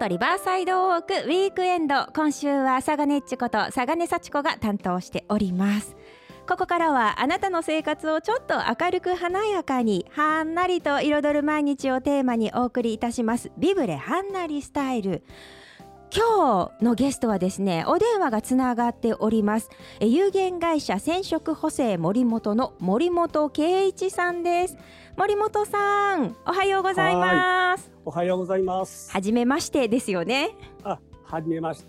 本リバーサイドウォークウィークエンド、今週はサガネッチことサガネ幸子が担当しております。ここからはあなたの生活をちょっと明るく華やかにはんなりと彩る毎日をテーマにお送りいたしますビブレはんなりスタイル。今日のゲストはですね、お電話がつながっております。有限会社染色補正森本の森本圭一さんです。森本さん、おはようございます。 おはようございます。 はじめましてですよね。 はじめまして、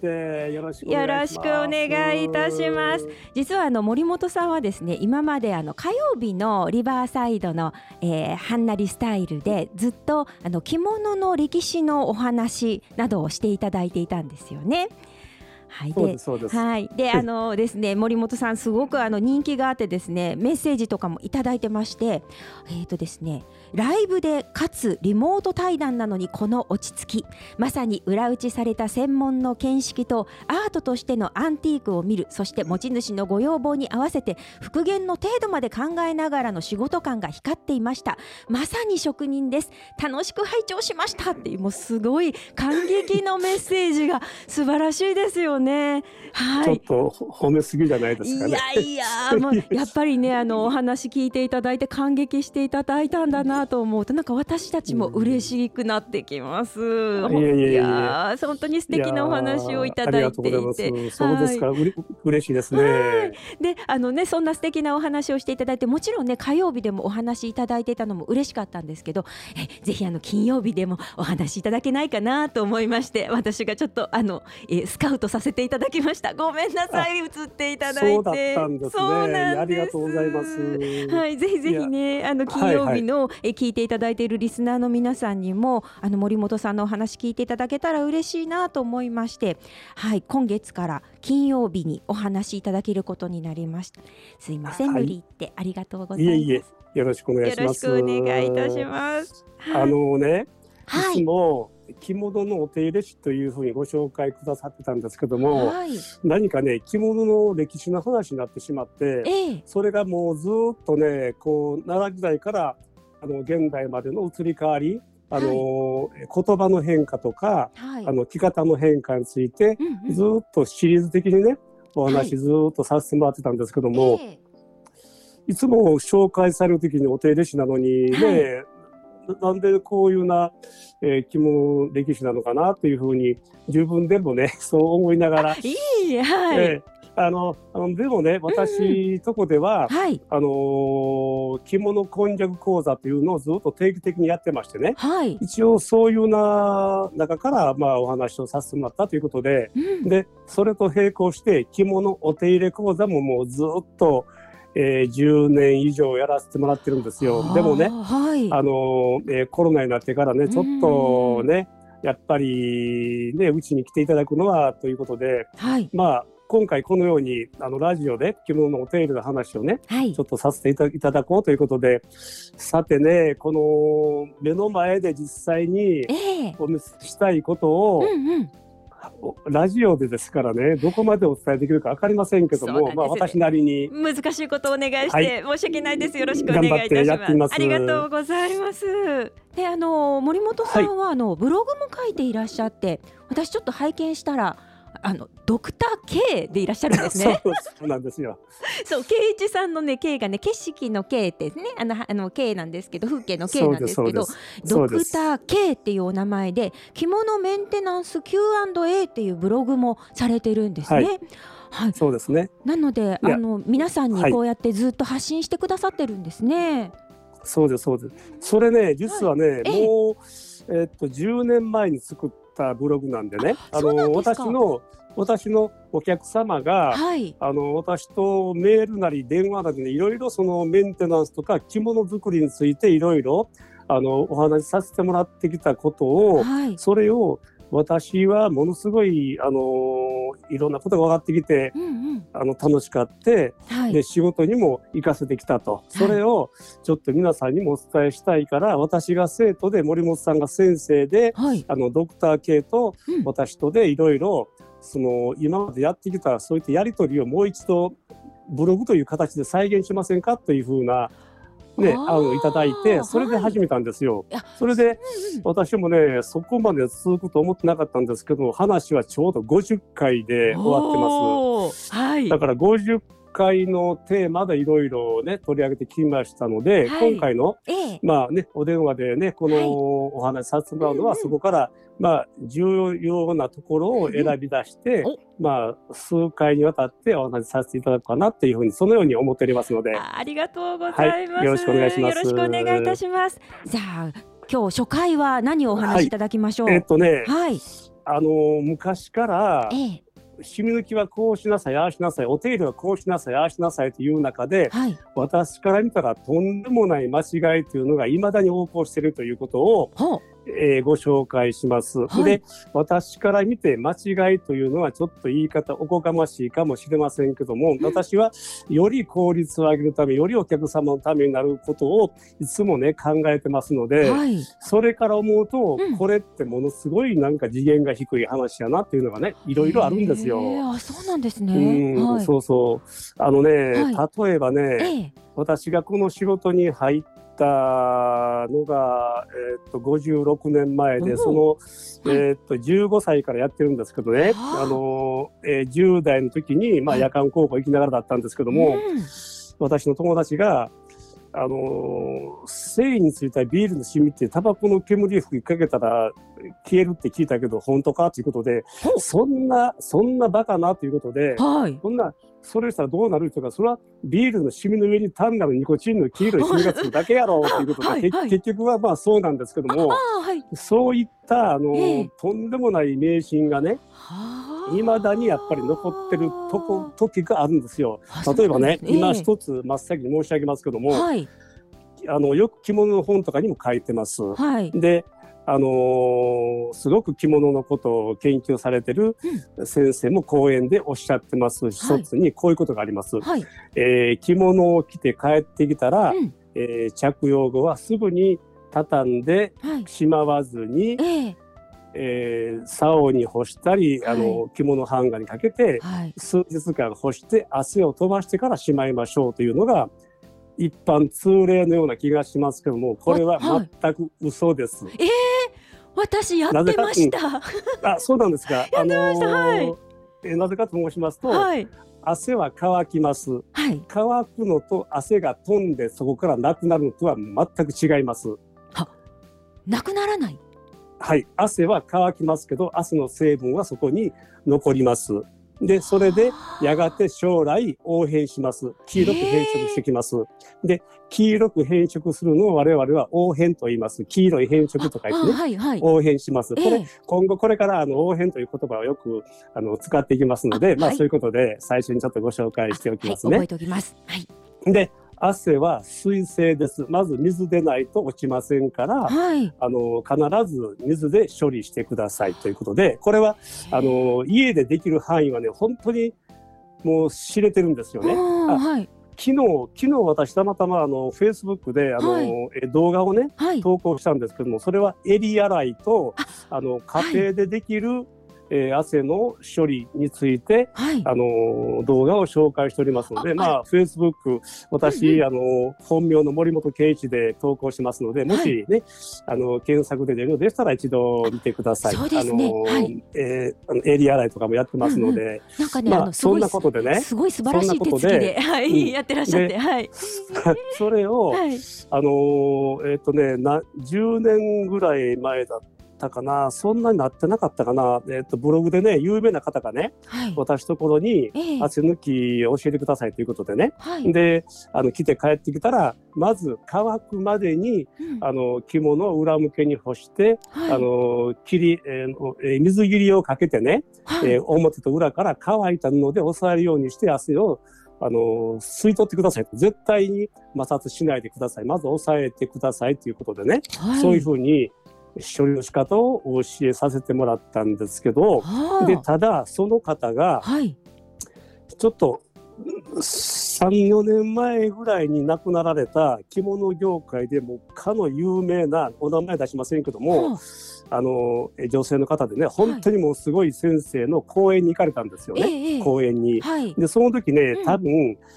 よろしくお願いします。 よろしくお願いいたします。実は森本さんはですね、今まで火曜日のリバーサイドの、はんなりスタイルでずっと着物の歴史のお話などをしていただいていたんですよね。はい、 そうです。 はい、でですね、森本さんすごく人気があってですね、メッセージとかもいただいてまして、ですね、ライブでかつリモート対談なのにこの落ち着き、まさに裏打ちされた専門の見識とアートとしてのアンティークを見る、そして持ち主のご要望に合わせて復元の程度まで考えながらの仕事感が光っていました。まさに職人です。楽しく拝聴しましたっていう、もうすごい感激のメッセージが素晴らしいですよね。はい、 ちょっと褒めすぎじゃないですかね。 いやもうやっぱりね、お話聞いていただいて感激していただいたんだなと思うと、なんか私たちも嬉しくなってきます。いや本当に素敵なお話をいただいていて、 そうですか、嬉しいですね。 でね、そんな素敵なお話をしていただいて、もちろんね火曜日でもお話いただいていたのも嬉しかったんですけど、ぜひ金曜日でもお話いただけないかなと思いまして、私がちょっとスカウトさせていただきました。ごめんなさい、映っていただいて。 そうだったんですね。ありがとうございます。 はい、ぜひぜひね、金曜日の、聞いていただいているリスナーの皆さんにも森本さんのお話聞いていただけたら嬉しいなと思いまして、はい、今月から金曜日にお話いただけることになりました。すいません、無理言ってありがとうございます。 いえ、よろしくお願いします。 よろしくお願いいたします。 ね、いつも着物のお手入れ師というふうにご紹介くださってたんですけども、何かね、着物の歴史の話になってしまって、それがもうずっとね、こう奈良時代から現代までの移り変わり、言葉の変化とか、着方の変化について、ずっとシリーズ的にねお話ずっとさせてもらってたんですけども、いつも紹介される時にお手入れ師なのにね、なんでこういう着物歴史なのかなというふうに自分でもねそう思いながらでもね、私とこでは、着物今昔講座というのをずっと定期的にやってましてね、一応そういう中から、お話をさせてもらったということで、でそれと並行して着物お手入れ講座ももうずっと10年以上やらせてもらってるんですよ。でもね、コロナになってからね、ちょっとねやっぱりねうちに来ていただくのはということで、今回このようにラジオで着物のお手入れの話をね、ちょっとさせていただこうということで、さてね、この目の前で実際にお見せしたいことを、ラジオでですからね、どこまでお伝えできるか分かりませんけども、私なりに難しいことをお願いして申し訳ないです。よろしくお願いいたします。ありがとうございます。で森本さんはブログも書いていらっしゃって、私ちょっと拝見したらドクター K でいらっしゃるんですね。 そうなんですよ。 そう、圭一さんのね K がね、景色の K ってね、K なんですけど、風景の K なんですけど、ドクター K っていうお名前で着物メンテナンス Q&A っていうブログもされてるんですね。 そうですね。 なので皆さんにこうやってずっと発信してくださってるんですね。 そうです。それね、実はね、もう10年前に作ったブログなんでね、私のお客様が、私とメールなり電話なりでいろいろそのメンテナンスとか着物作りについていろいろお話しさせてもらってきたことを、それを私はものすごいいろんなことが分かってきて、楽しかって、で仕事にも活かせてきたと、それをちょっと皆さんにもお伝えしたいから、私が生徒で森本さんが先生で、ドクター K と私とでいろいろ今までやってきたそういったやり取りをもう一度ブログという形で再現しませんかというふうなね、いただいて、それで始めたんですよ。それで、私もね、そこまで続くと思ってなかったんですけど、話はちょうど50回で終わってます。はい、だから50回のテーマでいろいろね取り上げてきましたので、はい、今回の、まあねお電話でねこのお話させてもらうのは、そこからまあ重要なところを選び出して、まあ数回にわたってお話しさせていただくかなっていうふうにそのように思っておりますので、 ありがとうございます、はい、 よろしくお願いします。 よろしくお願いいたします。じゃあ今日初回は何をお話しいただきましょう。 はい、 はい、 昔から、染み抜きはこうしなさい、ああしなさい、お手入れはこうしなさい、ああしなさいという中で、はい、私から見たらとんでもない間違いというのがいまだに横行しているということを、ご紹介します。はい、で、私から見て間違いというのはちょっと言い方おこがましいかもしれませんけども、私はより効率を上げるため、よりお客様のためになることをいつもね考えてますので、はい、それから思うと、これってものすごいなんか次元が低い話やなっていうのがねいろいろあるんですよ。 あ、そうなんですね。 はい、そうそう。例えばね、私がこの仕事に入ったのが、56年前で、その、15歳からやってるんですけどね、10代の時に、夜間高校行きながらだったんですけども、私の友達が繊維についたビールの染みってタバコの煙吹きかけたら消えるって聞いたけど本当かということで、そんなバカなということで、それしたらどうなるというか、それはビールの染みの上に単なるニコチンの黄色い染みがつくだけやろうということで、結局はまあそうなんですけども、そういったとんでもない迷信がね、未だにやっぱり残ってる時があるんですよ。例えばね、今一つ真っ先に申し上げますけども、よく着物の本とかにも書いてます。で、すごく着物のことを研究されてる先生も講演でおっしゃってます。一つにこういうことがあります。着物を着て帰ってきたら、着用後はすぐに畳んでしまわずに、竿に干したり、着物ハンガーにかけて、数日間干して汗を飛ばしてからしまいましょうというのが一般通例のような気がしますけども、これは全く嘘です。 私やってました。 そうなんですか。 やってました。 なぜかと申しますと、汗は乾きます。乾くのと汗が飛んでそこからなくなるのとは全く違います。 なくならない。 はい、汗は乾きますけど、汗の成分はそこに残ります。で、それでやがて将来黄変します。黄色く変色してきます。で、黄色く変色するのを我々は黄変と言います。黄色い変色と書いてね、黄変します。今後これから黄変という言葉をよく使っていきますので、そういうことで最初にちょっとご紹介しておきますね。 覚えておきます。 で、汗は水性です。まず水でないと落ちませんから、必ず水で処理してくださいということで、これは家でできる範囲はね本当にもう知れてるんですよね。昨日私たまたまFacebook で動画をね、投稿したんですけども、それは襟洗いと家庭でできる汗の処理について、動画を紹介しておりますので、Facebook 私、本名の森本圭一で投稿しますので、もしね、検索で出るのでしたら一度見てください。 そうですね。 襟洗いとかもやってますので、そんなことでね、 すごい素晴らしい手つきでやってらっしゃって、 それを10年ぐらい前だかな、そんなになってなかったかな、ブログでね有名な方がね、私ところに汗抜きを教えてくださいということでね、で来て帰ってきたらまず乾くまでに、着物を裏向けに干して、水切りをかけてね、表と裏から乾いた布で押さえるようにして汗を吸い取ってくださいと、絶対に摩擦しないでください、まず押さえてくださいということでね、そういうふうに処理の仕方をお教えさせてもらったんですけど、でただその方がちょっと3、4年前ぐらいに亡くなられた着物業界でもかの有名な、お名前出しませんけども、女性の方でね、本当にもうすごい先生の講演に行かれたんですよね、講演に。でその時ね、多分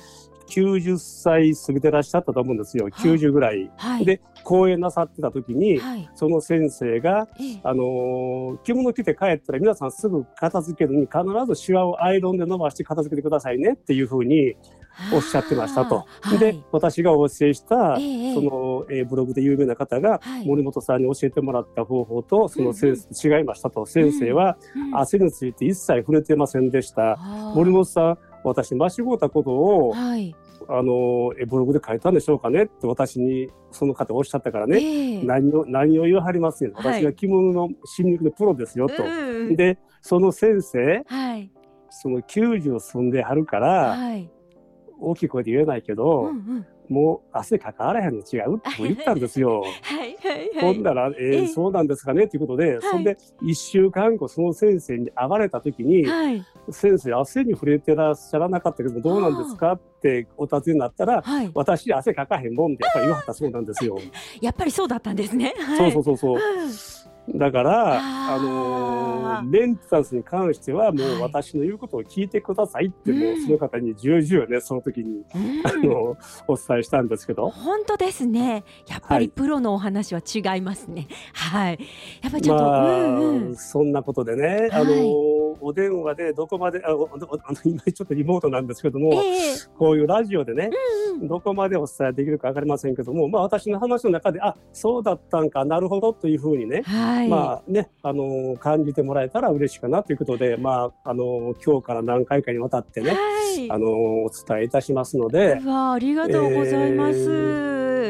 90歳過ぎてらっしゃったと思うんですよ。90ぐらい、で講演なさってた時に、その先生が、着物着て帰ったら皆さんすぐ片付けるに必ずシワをアイロンで伸ばして片付けてくださいねっていうふうにおっしゃってましたと。で私がお教えした、その、ブログで有名な方が、森本さんに教えてもらった方法とその先生と違いましたと。先生は、汗について一切触れてませんでした。森本さん、私間違ったことを、ブログで書いたんでしょうかねって私にその方おっしゃったからね、何を言わはりますよ、私が着物の新肉のプロですよと。でその先生、その90を住んではるから、大きい声で言えないけど、もう汗かかわらへんの違うって言ったんですよ。ほんなら、そうなんですかねということで、そんで1週間後その先生に会われた時に、先生汗に触れてらっしゃらなかったけどどうなんですかってお尋ねになったら、私汗かかへんもんでやっぱり言わはったそうなんですよ。 やっぱりそうだったんですね。 そうだからメンテナンスに関してはもう私の言うことを聞いてくださいって、もうその方に重々ねその時にお伝えしたんですけど。 本当ですね。やっぱりプロのお話は違いますね。やっぱりちょっと、 そんなことでね、お電話でどこまで今ちょっとリモートなんですけども、こういうラジオでね、どこまでお伝えできるか分かりませんけども、私の話の中でそうだったんかなるほどというふうにね、感じてもらえたら嬉しいかなということで、今日から何回かにわたってね、お伝えいたしますので。 ありがとうございます。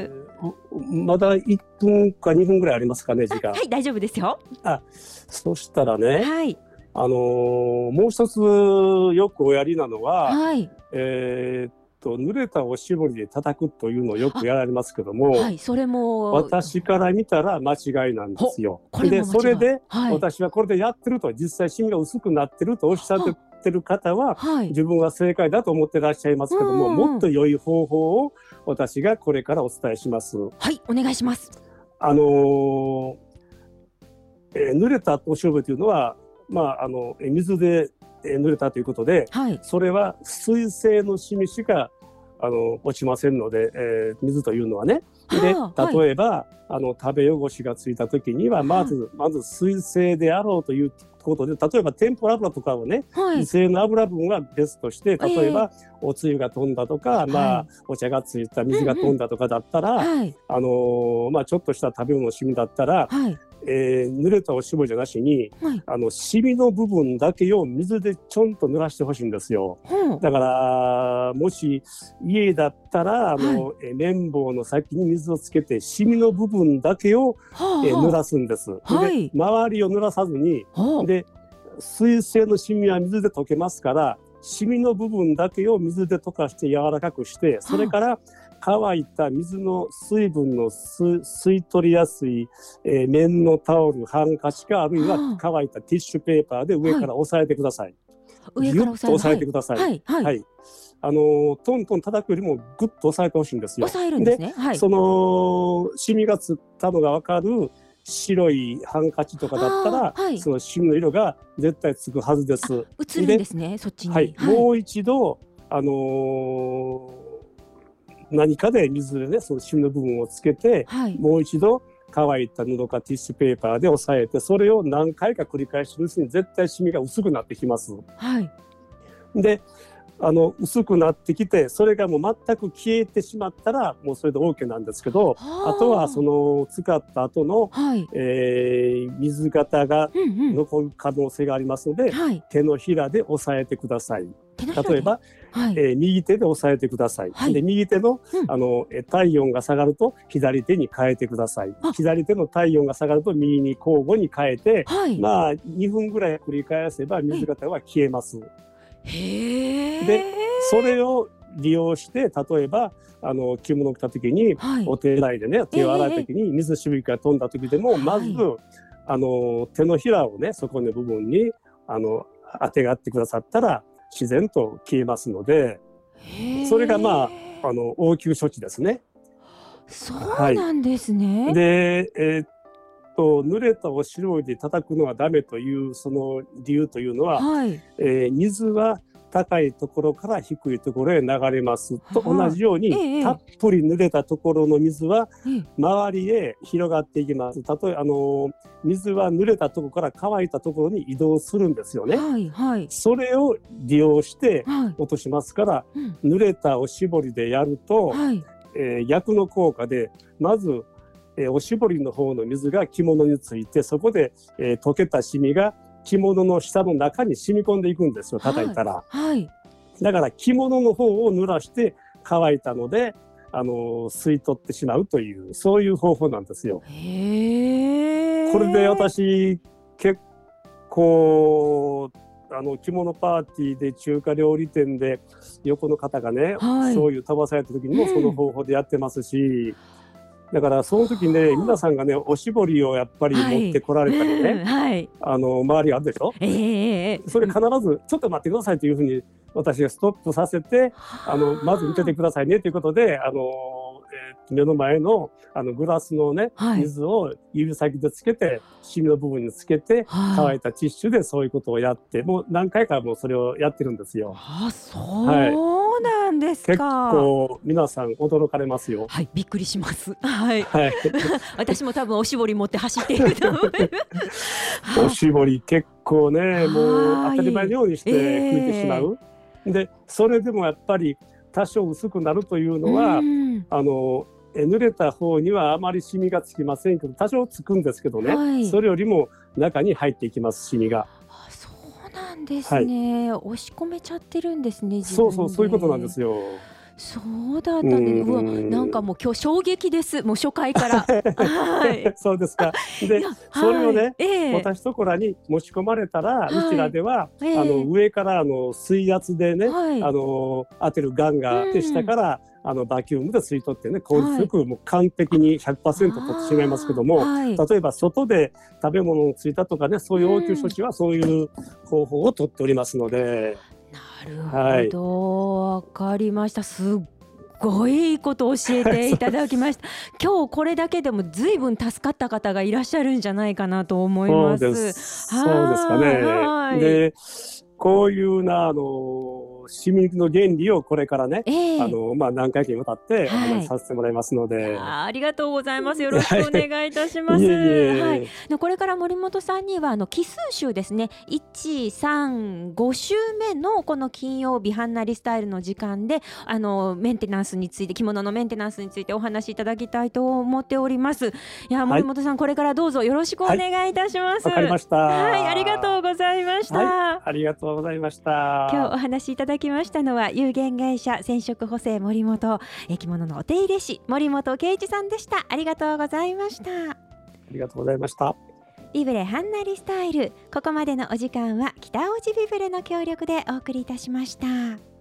まだ1分か2分ぐらいありますかね、時間。 大丈夫ですよ。 そしたらね、もう一つよくおやりなのは、濡れたおしぼりで叩くというのをよくやられますけども、 それも私から見たら間違いなんですよ。でそれで、私はこれでやってると、実際シミが薄くなってるとおっしゃってる方は、自分は正解だと思ってらっしゃいますけども、もっと良い方法を私がこれからお伝えします。 お願いします。 濡れたおしぼりというのは、水で濡れたということで、それは水性のシミしか落ちませんので、水というのはね。で例えば、食べ汚しがついた時にはまず水性であろうということで、例えば天ぷら油とかをね、異性の油分は別として、例えば、おつゆが飛んだとか、お茶がついた水が飛んだとかだったら、ちょっとした食べ物のシミだったら、濡れたおしぼりじゃなしに、シミの部分だけを水でちょんと濡らしてほしいんですよ。だからもし家だったら綿棒の先に水をつけてシミの部分だけを濡らすんです。で周りを濡らさずに、で水性のシミは水で溶けますから、シミの部分だけを水で溶かして柔らかくして、それから乾いた水の水分の吸い取りやすい、綿のタオル、ハンカチか、あるいは乾いたティッシュペーパーで上から押さえてください。ギュッと押さえてください。トントン叩くよりもグッと押さえてほしいんですよ。 押さえるんですね。 そのシミがつったのが分かる白いハンカチとかだったら、そのシミの色が絶対つくはずです。 映るんですね、そっちに。 もう一度、何かで水でね、そのシミの部分をつけて、もう一度乾いた布かティッシュペーパーで押さえて、それを何回か繰り返しするうちに絶対シミが薄くなってきます。で薄くなってきて、それがもう全く消えてしまったらもうそれで OK なんですけど、あとはその使った後の、水型が残る可能性がありますので、手のひらで押さえてください。例えば、右手で押さえてください。で右手の、体温が下がると左手に変えてください。左手の体温が下がると右に交互に変えて、2分ぐらい繰り返せば水型は消えます。でそれを利用して、例えば着物を着た時に、お手洗いでね、手を洗う時に水しぶきが飛んだ時でも、まず手のひらをね、そこの部分にあてがってくださったら自然と消えますので、それが応急処置ですね。 そうなんですね。 で濡れたおしぼりで叩くのはダメというその理由というのは、水は高いところから低いところへ流れますと同じように、たっぷり濡れたところの水は周りへ広がっていきます。例えば水は濡れたところから乾いたところに移動するんですよね。それを利用して落としますから、濡れたおしぼりでやると、逆の効果でまずおしぼりの方の水が着物について、そこで溶けたシミが着物の下の中に染み込んでいくんですよ、叩いたら。だから着物の方を濡らして乾いたので吸い取ってしまうという、そういう方法なんですよ。これで私結構着物パーティーで中華料理店で横の方がね、そういう飛ばされた時にもその方法でやってますし、だからその時ね、皆さんがねおしぼりをやっぱり持ってこられたりね、周りがあるでしょ、それ必ずちょっと待ってくださいというふうに私がストップさせて、まず見ててくださいねということで、目の前のグラスのね、水を指先でつけて、シミの部分につけて、乾いたティッシュでそういうことをやって、もう何回かもうそれをやってるんですよ。 そうなんですか。 結構皆さん驚かれますよ。 びっくりします。私も多分おしぼり持って走っていると思います。 おしぼり結構ね、もう当たり前のようにして拭いてしまう。でそれでもやっぱり多少薄くなるというのは、濡れた方にはあまりシミがつきませんけど、多少つくんですけどね、それよりも中に入っていきます、シミが。 そうなんですね、押し込めちゃってるんですね、 そういうことなんですよ。 そうだったね。なんかもう今日衝撃です。もう初回から。 そうですか。で、それをね、私ところに持ち込まれたら、うちらでは上から水圧でね、当てるガンがあって、下からバキュームで吸い取ってね、効率よくもう完璧に 100% 取ってしまいますけども、例えば外で食べ物をついたとかね、そういう応急処置はそういう方法を取っておりますので。 なるほど、わかりました。すっごいいいことを教えていただきました。今日これだけでも随分助かった方がいらっしゃるんじゃないかなと思います。 そうですかね。でこういうシミの原理をこれからね、何回かにわたってお話しさせてもらいますので、 ありがとうございます。よろしくお願いいたします。これから森本さんには奇数週ですね、1、3、5週目のこの金曜日はんなりスタイルの時間でメンテナンスについて、着物のメンテナンスについてお話しいただきたいと思っております。いや、森本さん、これからどうぞよろしくお願いいたします。 わかりました。 ありがとうございました。 ありがとうございました。 今日お話しいただきましたのは有限会社染色補正森本着物のお手入れ師森本圭一さんでした。ありがとうございました。 ありがとうございました。 ビブレはんなりスタイル、ここまでのお時間は北大路ビブレの協力でお送りいたしました。